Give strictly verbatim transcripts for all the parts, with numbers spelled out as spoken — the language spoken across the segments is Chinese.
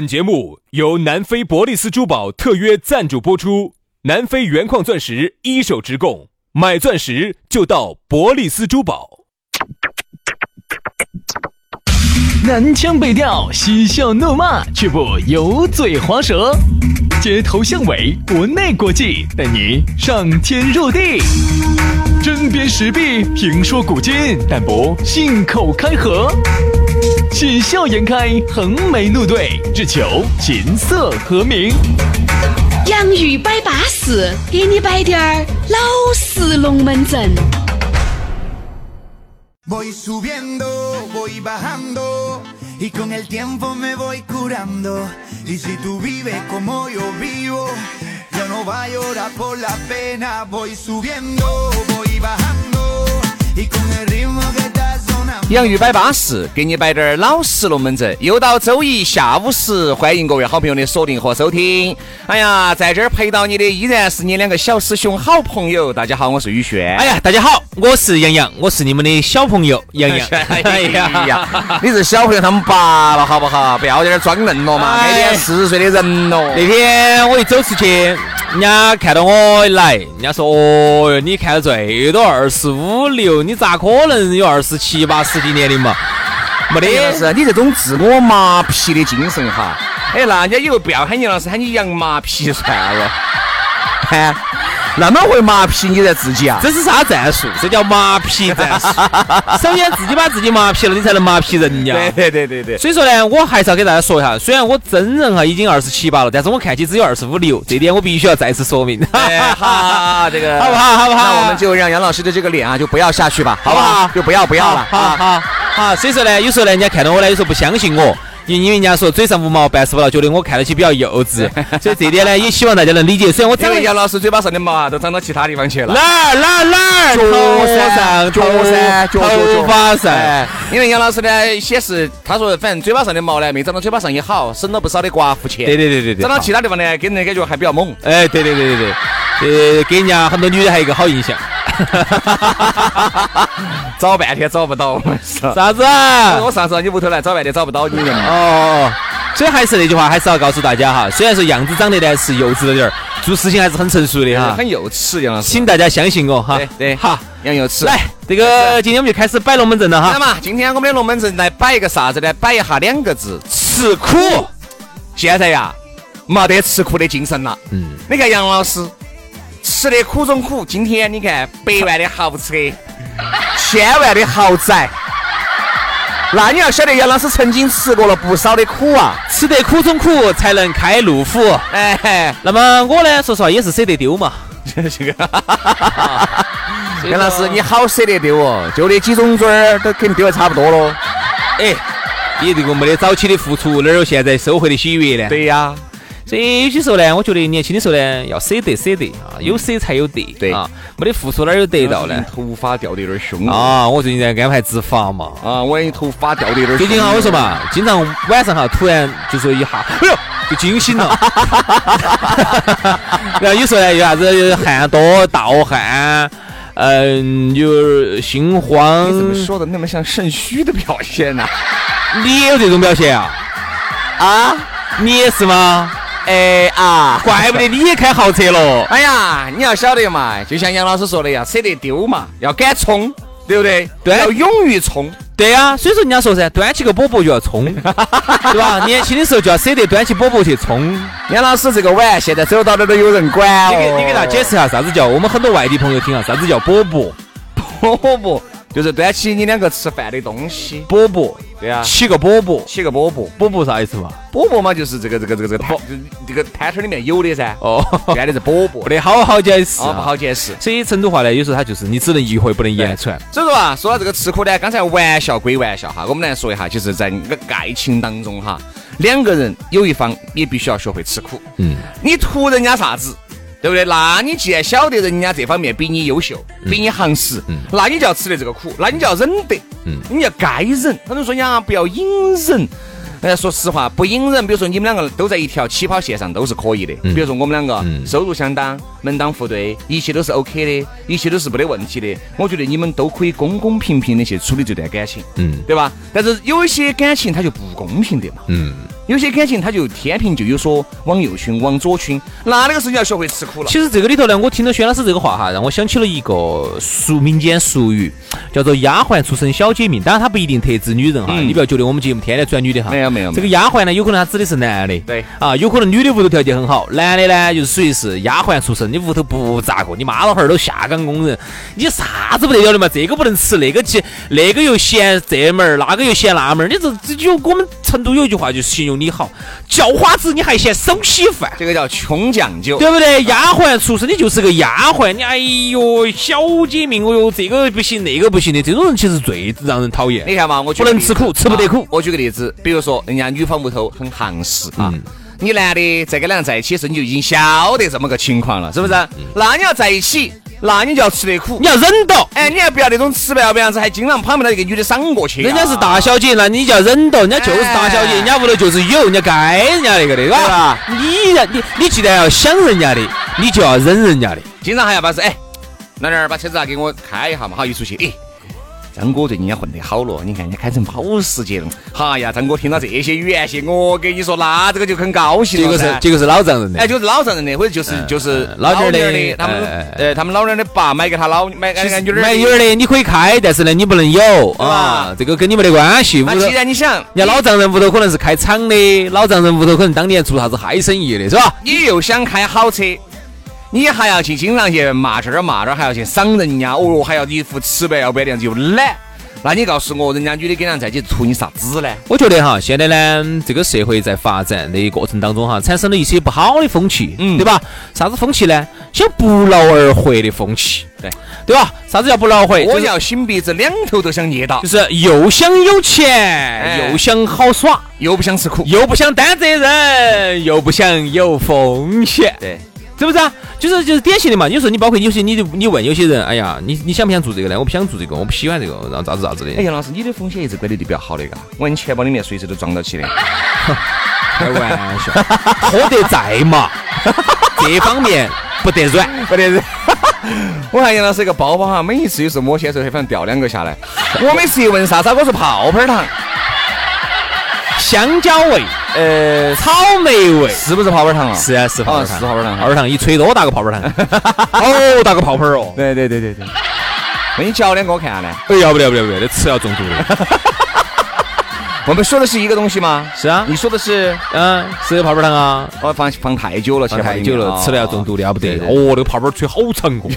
本节目由南非伯利斯珠宝特约赞助播出，南非原矿钻石一手直供，买钻石就到伯利斯珠宝。 南腔北调，嬉笑怒骂，却不油嘴滑舌，街头巷尾，国内国际，带你上天入地，针砭时弊，评说古今，但不信口开河，喜笑颜开，横眉怒对，只求琴瑟和鸣。 洋芋摆巴士，给你摆点儿老式龙门阵。 Voy subiendo, voy bajando, y con el tiempo me voy curando. Y si tú vives como yo vivo, yo no voy a llorar por la pena. Voy subiendo, voy bajando, y con el ritmo que está sonando. 洋芋摆巴士，给你摆点老实龙门阵。又到周一下午时，欢迎各位好朋友的锁定和收听。哎呀，在这儿陪到你的依然是你两个小师兄好朋友。大家好，我是宇轩。 哎呀，大家好，我是杨洋，我是你们的小朋友杨洋。 哎呀，你是小朋友他们爸了，好不好？不要在这儿装嫩了嘛，那天四十岁的人了。 那天我一走出去，人家看到我来，人家说：“哦哟，你看到最多二十五六，你咋可能有二十七八十几年龄嘛？没得， 是你这种自我麻痹的精神哈。哎，那人家以后不要喊杨老师，喊你杨麻痹算了。哎，那么会麻痹你的自己啊？ 这是啥战术？这叫麻痹战术。首先自己把自己麻痹了，你才能麻痹人家。 对对对对对。 所以说呢，我还是要给大家说一下，虽然我真人哈已经二十七八了，但是我看起只有二十五六，这点我必须要再次说明。 哎，好，这个好不好？好不好？ 那我们就让杨老师的这个脸啊，就不要下去吧，好不好？就不要不要了。 好好好。所以说呢，有时候呢，人家看到我呢，有时候不相信我。因为人家说嘴上无毛办事不牢，觉得我看得起比较幼稚，所以这点呢也希望大家能理解。虽然我长得杨老师嘴巴上的毛啊都长到其他地方去了， 哪儿哪儿哪儿，头上脚噻， 头发上。 因为杨老师呢显示，他说反正嘴巴上的毛呢没长到嘴巴上也好，省了不少的刮胡钱。 对对对对对， 长到其他地方呢，给人的感觉还比较猛。 哎，对对对对对，呃，给人家很多女的还有一个好印象。 找半天找不到， 啥子啊？ 我上次到你屋头来找半天找不到你人。 哦，所以还是那句话，还是要告诉大家哈，虽然说样子长得呢是幼稚了点儿，做事情还是很成熟的哈， 很幼稚杨老师， 请大家相信我哈。 对对， 好， 杨幼稚。 来，这个今天我们就开始摆龙门阵了哈。 那么今天我们的龙门阵来摆一个啥子呢？摆一下两个字：吃苦。现在呀，没得吃苦的精神了。嗯，你看杨老师。吃的苦中苦，今天你看百万的豪车，千万的豪宅，那你要晓得杨老师曾经吃过了不少的苦啊， 吃得苦中苦才能开路虎。哎，那么我呢，说实话也是舍得丢嘛。 这个，杨老师你好舍得丢哦，就那几种嘴儿都肯定丢的差不多喽。 哎，你这个没得早期的付出，哪有现在收获的喜悦呢？ 对呀。 所以有些时候呢，我觉得年轻的时候呢，要舍得舍得啊，有舍才有得。 对啊，没得付出哪有得到呢？ 头发掉的有点凶啊！我最近在安排植发嘛。 啊，我也头发掉的有点凶。 最近哈，我说嘛，经常晚上哈，突然就说一下，哎呦，就惊醒了。然后有时候呢，有啥子汗多、盗汗，嗯，有心慌。 你怎么说的那么像肾虚的表现呢？ 你也有这种表现啊？啊，你也是吗？ 哎啊， 怪不得你也开豪车了。 哎呀，你要晓得嘛，就像杨老师说的呀，舍得丢嘛，要敢冲，对不对？ 对， 要勇于冲。 对呀、啊，所以说人家说噻，端起个饽饽就要冲，对吧？年轻的时候就要舍得端起饽饽去冲。 杨老师这个碗现在走到哪都有人管、哦。 你给你给他解释一下啥子叫？我们很多外地朋友听啊，啥子叫饽饽？ 饽饽就是端起你两个吃饭的东西。 饽饽， 对啊， 起个饽饽， 起个饽饽， 饽饽啥意思嘛？ 饽饽嘛，就是这个这个这个这个摊，这个摊摊里面有的噻。哦，原来是饽饽， 不得好好解释、 啊，不好解释。 所以成都话呢，有时候它就是你只能意会不能言传。 所以说啊，说到这个吃苦呢，刚才玩笑归玩笑哈，我们来说一下，就是在那个爱情当中哈，两个人有一方也必须要学会吃苦。嗯，你图人家啥子？对不对？那你既然晓得人家这方面比你优秀，嗯、比你行实，嗯、那你就要吃得这个苦，那你就要忍得，嗯、你要该忍。很多人说呀，不要隐忍。哎，说实话，不隐忍，比如说你们两个都在一条起跑线上，都是可以的。嗯、比如说我们两个、嗯、收入相当，门当户对，一切都是 OK 的，一切都是没得问题的。我觉得你们都可以公公平平的去处理这段感情，嗯，对吧？但是有一些感情它就不公平的嘛，嗯。 有些感情它就天平就有所往右倾往左倾，那那个时候你要学会吃苦了。 其实这个里头呢，我听到薛老师这个话哈，让我想起了一个俗民间俗语，叫做丫鬟出身小姐命。当然它不一定特指女人哈，嗯、你不要觉得我们节目天天转女的哈。 没有没有。 这个丫鬟呢，有可能它指的是男的。 对。 啊，有可能女的屋头条件很好，男的呢就是属于是丫鬟出身，你屋头不咋个，你妈老汉儿都下岗工人，你啥子不得了的嘛？这个不能吃，那个去那个又嫌这门儿，那个又嫌那门儿，你这这就我们成都有一句话就形容你好，叫花子你还嫌手洗饭， 这个叫穷讲究， 对不对？丫鬟出身，你就是个丫鬟，你哎呦小姐命，哦哟这个不行那个不行的，这种人其实最让人讨厌。 你看嘛，我不能吃苦，吃不得苦、 啊。我举个例子，比如说人家女方屋头很行实啊。嗯，你男的在跟两人在一起时，你就已经晓得这么个情况了，是不是？嗯、那你要在一起，那你就要吃得苦， 你要忍到。 哎，你还不要那种吃不了不样子，还经常旁边的一个女的赏过去、啊。 人家是大小姐，那你就要忍到，人家就是大小姐，人家屋头就是有，人家该人家那个的，对吧？你你你既然要想人家的，你就要忍人家的。 经常还要把是哎，那儿把车子啊给我开一下嘛，好一出去，哎。张哥最近也混得好了，你看人家开成保时捷了。哈呀，张哥听到这些语言些，我跟你说，那这个就很高兴了。 这个是这个是老丈人的， 哎，就是老丈人的，或者就是就是老女儿的，他们呃他们老娘的爸买给他老买给女儿买女儿的，你可以开，但是呢你不能有啊，这个跟你没得关系。 那既然你想， 人家老丈人屋头可能是开厂的，老丈人屋头可能当年做啥子嗨生意的，是吧？ 你又想开好车。你还要去经常去骂这儿骂这儿，还要去赏人家，哦哟，还要一副吃白要白的样子又懒。那你告诉我，人家女的跟人在一起图你啥子呢？ 我觉得哈，现在呢，这个社会在发展的过程当中哈，产生了一些不好的风气，嗯，对吧？啥子风气呢？想不劳而获的风气， 对对吧？啥子叫不劳而获？ 我要擤鼻子，两头都想捏到， 就是又想有钱，哎、又想好耍， 又不想吃苦， 又不想担责任，又不想有风险， 对。 是不是啊？就是就是典型的嘛。有时候你包括有些你你问有些人，哎呀，你你想不想做这个呢？我不想做这个，我不喜欢这个，然后咋子咋子的。 哎，杨老师，你的风险一直管理的比较好的，嘎，我你钱包里面随时都装到起的。 开玩笑，喝得再嘛，这方面不得软， 不得软。我看杨老师一个包包哈，每一次有时候摸起来的时候，反正掉两个下来。我每次一问啥子，我说泡泡糖。 香蕉味，呃，草莓味， 是不是泡泡糖啊？ 是啊，是泡泡糖， 是泡泡糖。 泡泡糖一吹多大个泡泡糖，好大个泡泡哦！ 对对对对对。那你嚼两个我看下来。 哎，要不了不了不了，这吃要中毒的。 我们说的是一个东西吗？ 是啊， 你说的是， 嗯，是泡泡糖啊。 我放放太久了， 放太久了，吃了要中毒的，要不得。哦，那个泡泡吹好长哦。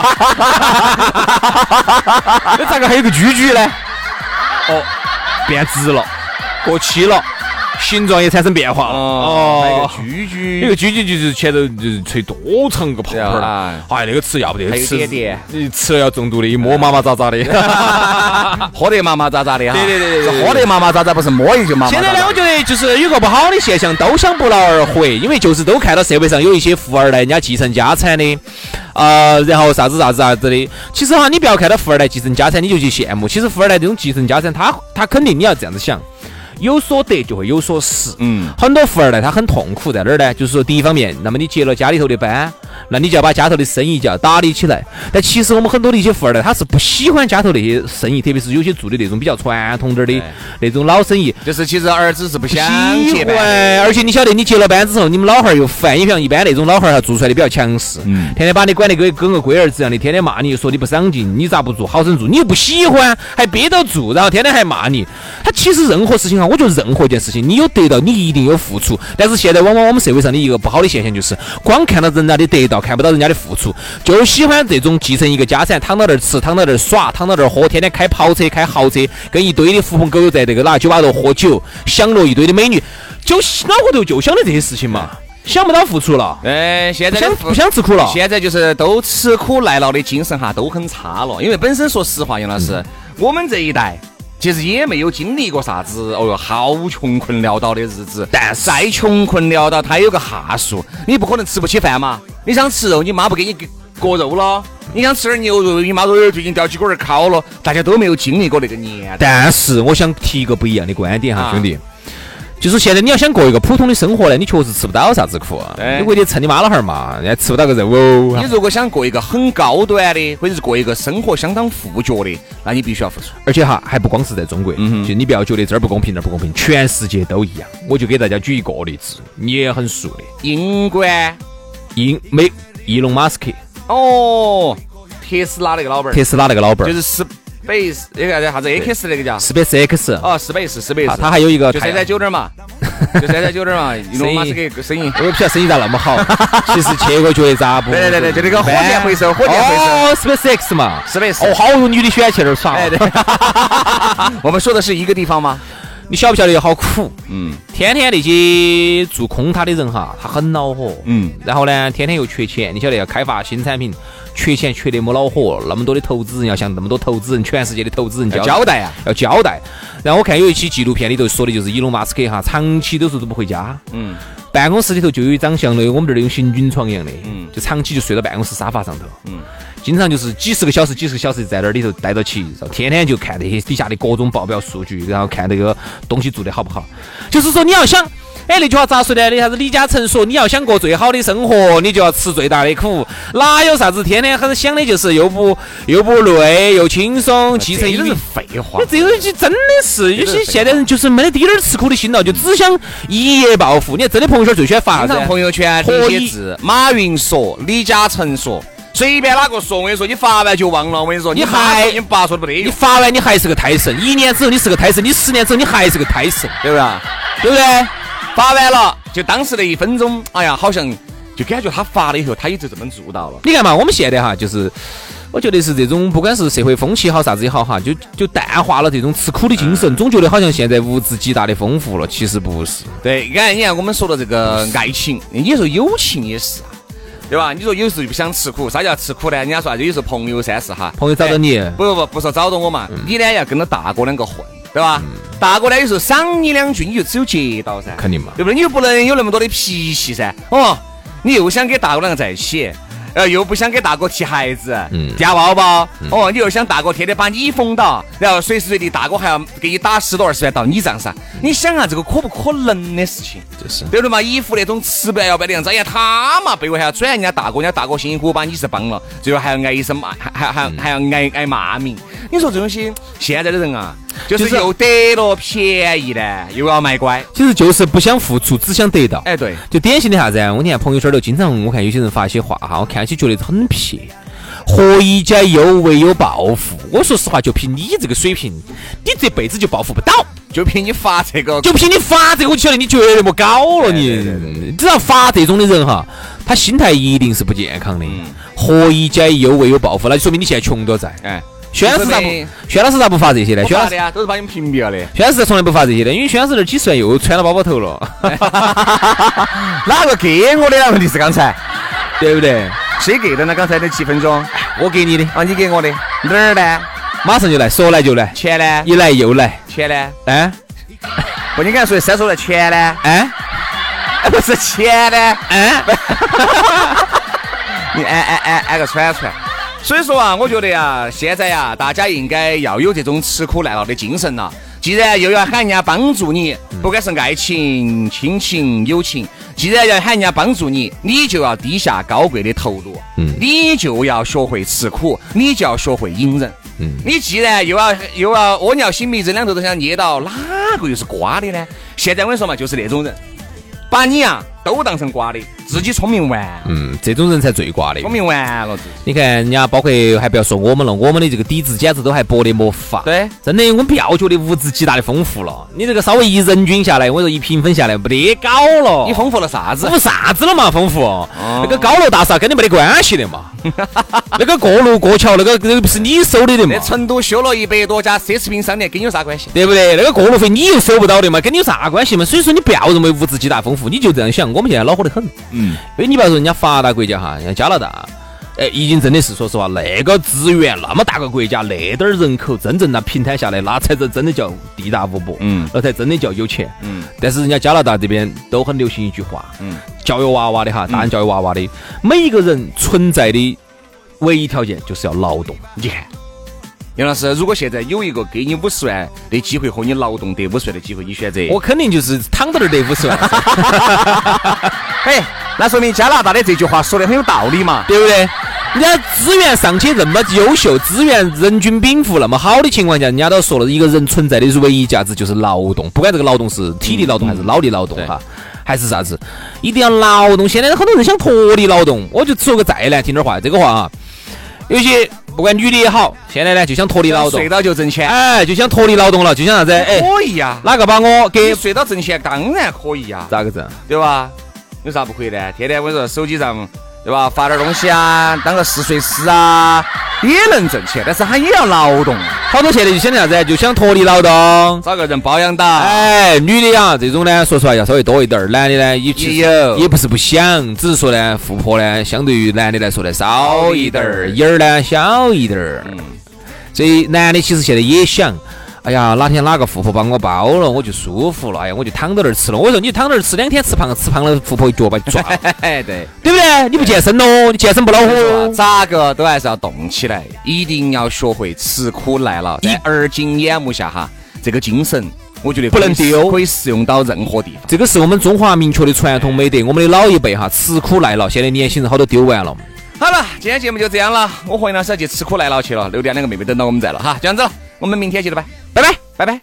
那咋个还有个居居呢？哦，变直了。过期了，形状也产生变化了。 哦，还有个居居， 那个居居就是前头就是吹多长个泡泡了。哎，那个吃要不得， 吃点， 你吃了要中毒的，一摸麻麻扎扎的， 喝得麻麻扎扎的哈。 对对对对， 喝得麻麻扎扎，不是摸一就麻麻扎扎。 现在呢，我觉得就是有个不好的现象，都想不劳而获，因为就是都看到社会上有一些富二代，人家继承家产的。呃，然后啥子啥子啥子的，其实哈，你不要看到富二代继承家产，你就去羡慕。其实富二代这种继承家产，他他肯定你要这样子想。有所得就会有所失，嗯，很多富二代他很痛苦在哪儿呢？就是说第一方面，那么你接了家里头的班，那你就要把家头的生意就要打理起来。但其实我们很多的一些富二代他是不喜欢家头那些生意，特别是有些做的那种比较传统点的那种老生意， 就是其实儿子是不想接班， 而且你晓得你接了班之后，你们老汉儿又烦，因为一般那种老汉儿他做出来的比较强势，嗯，天天把你管得跟跟个龟儿子一样的，天天骂你，说你不长进，你咋不做好生做，你又不喜欢，还憋到做，然后天天还骂你。他其实任何事情啊，我觉得任何一件事情，你有得到，你一定有付出。但是现在往往我们社会上的一个不好的现象就是，光看到人家的得到，看不到人家的付出，就喜欢这种继承一个家产，躺到那儿吃，躺到那儿耍，躺到那儿喝，天天开跑车、开豪车，跟一堆的狐朋狗友在这个哪酒吧头喝酒，享乐一堆的美女，就脑壳头就想的这些事情嘛。想不到付出了， 哎，现在不想不想吃苦了， 现在就是都吃苦耐劳的精神哈都很差了。因为本身说实话，杨老师，嗯、我们这一代其实也没有经历过啥子哦哟好穷困潦倒的日子，但再穷困潦倒，它有个下数，你不可能吃不起饭嘛。你想吃肉，你妈不给你割肉了；你想吃点牛肉，你妈说最近掉几根儿烤了。大家都没有经历过那个年代。 但是我想提一个不一样的观点哈，啊、兄弟。 就是现在你要想过一个普通的生活呢，你确实吃不到啥子苦啊，你回去蹭你妈老汉儿嘛，人家吃不到个肉哦。 你如果想过一个很高端的，或者是过一个生活相当富脚的，那你必须要付出。 而且哈，还不光是在中国，嗯、就你不要觉得这儿不公平那儿不公平，全世界都一样。我就给大家举一个例子，你也很熟的， 英国英美伊隆马斯克哦，特斯拉那个老板， 特斯拉那个老板就是斯。Space 那个啥子 X 那个叫 SpaceX 哦 Space Space 他还有一个就三点九点嘛，就三点九点嘛，伊隆马斯克生意， 我也不晓得生意咋那么好，其实切过觉得咋不？ 对对对，就那个火箭回收，火箭回收哦 SpaceX 嘛 ，Space 哦，好有女的喜欢去那儿耍。 对对，我们说的是一个地方吗？ 你晓不晓得好苦？ 嗯， 天天那些做空他的人哈，他很恼火。 嗯， 然后呢，天天又缺钱，你晓得要开发新产品，缺钱缺得没恼火，那么多的投资人要向那么多投资人，全世界的投资人要交代啊， 要交代。然后我看有一期纪录片里头说的就是伊隆马斯克哈，长期都是都不回家。 嗯， 办公室里头就有一张像那我们这儿那种行军床一样的， 嗯， 就长期就睡到办公室沙发上头。 嗯。 经常就是几十个小时、几十个小时在那里头待到起，然后天天就看那些底下的各种报表数据，然后看那个东西做得好不好。就是说，你要想，哎，那句话咋说的？那啥子李嘉诚说，你要想过最好的生活，你就要吃最大的苦。哪有啥子天天很想的就是又不又不累又轻松，继承一是废话。 这个就真的是有些现代人就是没得滴点儿吃苦的心了，就只想一夜暴富。你看真的朋友圈最喜欢发啥子？ 朋友圈第一些字，马云说，李嘉诚说。随便哪个说，我跟你说，你发完就忘了。我跟你说， 你还你爸说的不得， 你发完你还是个胎神，一年之后你是个胎神，你十年之后你还是个胎神， 对不对？ 对不对？ 发完了，就当时的一分钟，哎呀，好像就感觉他发了以后，他一直这么做到了。 你看嘛，我们现在哈，就是我觉得是这种，不管是社会风气好啥子也好哈，就就淡化了这种吃苦的精神，总觉得好像现在物质极大的丰富了，其实不是。 对，你看，你看我们说的这个爱情，你说友情也是。对吧？你说有时候就不想吃苦，啥叫吃苦呢？人家说就有时候朋友三四哈， 朋友找到你， 不不不，不说找到我嘛，嗯、你呢要跟着大哥两个混，对吧？嗯、大哥呢有时候赏你两句，你就只有接到噻， 肯定嘛， 对不对？你又不能有那么多的脾气噻，哦，你又想跟大哥两个在一起。呃，又不想给大哥提孩子，嗯，夹抱抱，嗯、哦，你又想大哥天天把你封到，然后随时随地大哥还要给你打十多二十万到你账上，嗯、你想啊，这个可不可能的事情？ 就是对了嘛，一副那种吃不来要不来的样子，哎呀，他嘛背后还要转人家大哥，人家大哥辛辛苦苦把你是帮了，最后还要挨一声骂，还还还、嗯、还要挨挨骂名。你说这东西，现在的人啊，就是又得了便宜呢，又要卖乖， 其实就是不想付出，只想得到。 哎，对， 就典型的啥子啊？我你看朋友圈都经常，我看有些人发一些话哈，我看起觉得很撇。何以家有为有抱负？我说实话，就凭你这个水平，你这辈子就抱负不到。 就凭你发这个， 就凭你发这个，我就晓得你绝对没搞了。你只要发这种的人哈，他心态一定是不健康的。嗯、何以家有为有抱负？那就说明你现在穷都在。哎。薛老师咋不？薛老师咋不发这些呢？薛老师呀，都是把你们屏蔽了的。 薛老师从来不发这些的，因为薛老师那几十万又穿到包包头了。 哪个给我的？问题是刚才， 对不对？ 谁给的呢？刚才那几分钟， 我给你的啊，你给我的哪儿呢？ 马上就来，说来就来。 钱呢？ 一来又来。 钱呢？ 哎， 不，你刚才说三说的钱呢？ 哎， 不是钱呢？ 哎， 你哎哎哎哎个串串。所以说啊，我觉得呀，现在呀，大家应该要有这种吃苦耐劳的精神了。既然又要喊人家帮助你，不管是爱情、亲情、友情，既然要喊人家帮助你，你就要低下高贵的头颅，嗯，你就要学会吃苦，你就要学会隐忍，嗯，你既然又要又要屙尿擤鼻子两头都想捏到，哪个又是瓜的呢？现在我跟你说嘛，就是那种人，把你啊都当成瓜的，自己聪明完， 嗯，这种人才最瓜的， 聪明完了。 你看人家，包括还不要说我们了，我们的这个底子简直都还薄得没法。 对， 真的，我们不要觉得物质极大的丰富了，你这个稍微一人均下来，我说一平分下来，不得搞了。 你丰富了啥子？ 丰富啥子了嘛？丰富、哦、那个高楼大厦跟你没得关系的嘛。那个过路过桥，那个那个不是你收的的嘛？ 那成都修了一百多家奢侈品商店，跟你有啥关系？ 对不对？那个过路费你又收不到的嘛，跟你有啥关系嘛？所以说你不要认为物质极大丰富，你就这样想。我们现在恼火得很，嗯，因为你不要说人家发达国家哈，人家加拿大，哎，已经真的是说实话，那个资源那么大个国家，那点人口真正那平摊下来，那才真真的叫地大物博，嗯，那才真的叫有钱，嗯。但是人家加拿大这边都很流行一句话，嗯，教育娃娃的哈，大人教育娃娃的，每一个人存在的唯一条件就是要劳动。 你看， 杨老师，如果现在有一个给你五十万的机会和你劳动得五十万的机会，你选择？ 我肯定就是躺到那儿得五十万。 哎，那说明加拿大的这句话说的很有道理嘛， 对不对？人家资源尚且这么优秀，资源人均禀赋那么好的情况下，人家都说了，一个人存在的唯一价值就是劳动，不管这个劳动是体力劳动还是脑力劳动哈，还是啥子，一定要劳动。现在很多人想脱离劳动，我就说个再难听点话，这个话啊，有些不管女的也好，现在呢就想脱离劳动， 睡到就挣钱， 哎，就想脱离劳动了，就想啥子？哎， 可以呀， 哪个把我给睡到挣钱，当然可以呀， 咋个整？ 对吧？有啥不可以的？天天我说手机上。对吧？发点东西啊，当个试睡师啊，也能挣钱，但是他也要劳动。 好多现在就想啥子？就想脱离劳动， 找个人包养到。 哎，女的呀，这种呢，说实话要稍微多一点儿。男的呢，也也有， 也不是不想，只是说呢，富婆呢，相对于男的来说呢，少一点儿，眼儿呢小一点儿。嗯，所以男的其实现在也想。哎呀，哪天哪个富婆帮我包了，我就舒服了。哎呀，我就躺到那儿吃了。我说你躺到那儿吃两天，吃胖吃胖了，富婆一脚把你抓。 对， 对不对？你不健身喽，你健身不恼火。 咋个都还是要动起来，一定要学会吃苦耐劳。在而今眼目下哈，这个精神我觉得不能丢， 可以适用到任何地方。 这个是我们中华明确的传统美德。我们的老一辈哈，吃苦耐劳，现在年轻人好多丢完了。 好了，今天节目就这样了。我和杨老师要去吃苦耐劳去了，六点两个妹妹等到我们在了哈，这样子了，我们明天接着拜，拜拜，拜拜。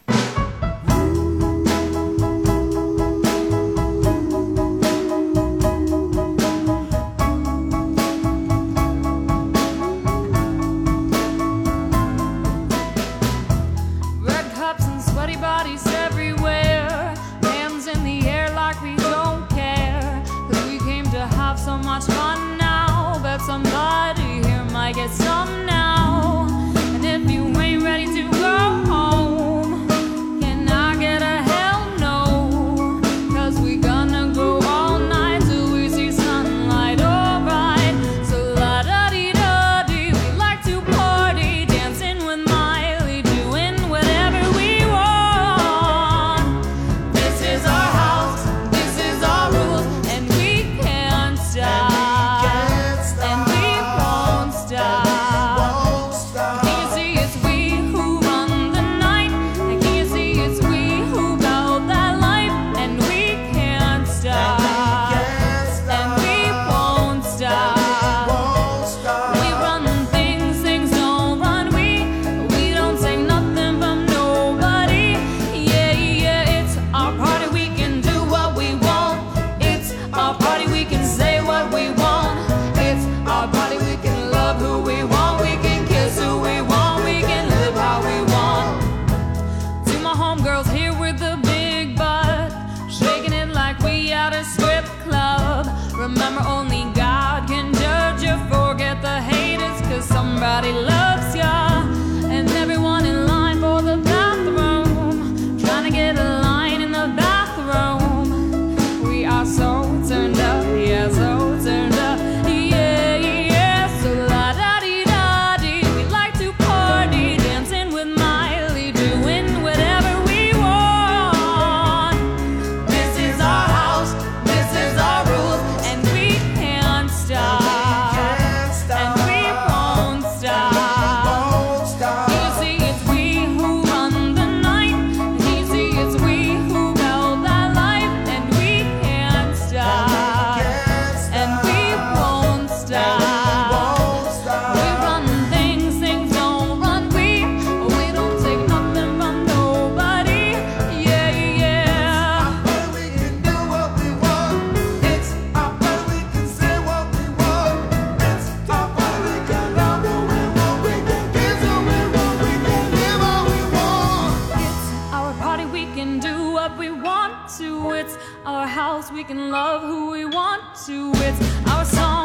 Somebody here might get some now. And if you ain't ready to go home, can I get a hell no? Cause we gonna go all night till we see sunlight, alright. So la da dee da dee, we like to party, dancing with Miley, doing whatever we want. This is our house, this is our rules, and we can't stop. Remember, only God can judge you. Forget the haters, cause somebody loves ya. And everyone in line for the bathroom, trying to get a line in the bathroom. We are so turned up, yeah, so turned up, yeah, yeah. So la da dee da dee, we like to party, dancing with Miley, doing whatever we want. This is our house, this is our rules, and we can't stop, and we won't stop. You see, it's we who run the night. You see, it's we who held that life, and we can't stop, and we won't stop. We run things, things don't run we. We don't take nothing from nobody. Yeah, yeah. We can do what we want. It's our party, we can say what we want. It's our party, we can love who we want. We can kiss who we want. We can live how we want. It's our party, we can do what we want to. It's our house, we can love who we want to. It's our song.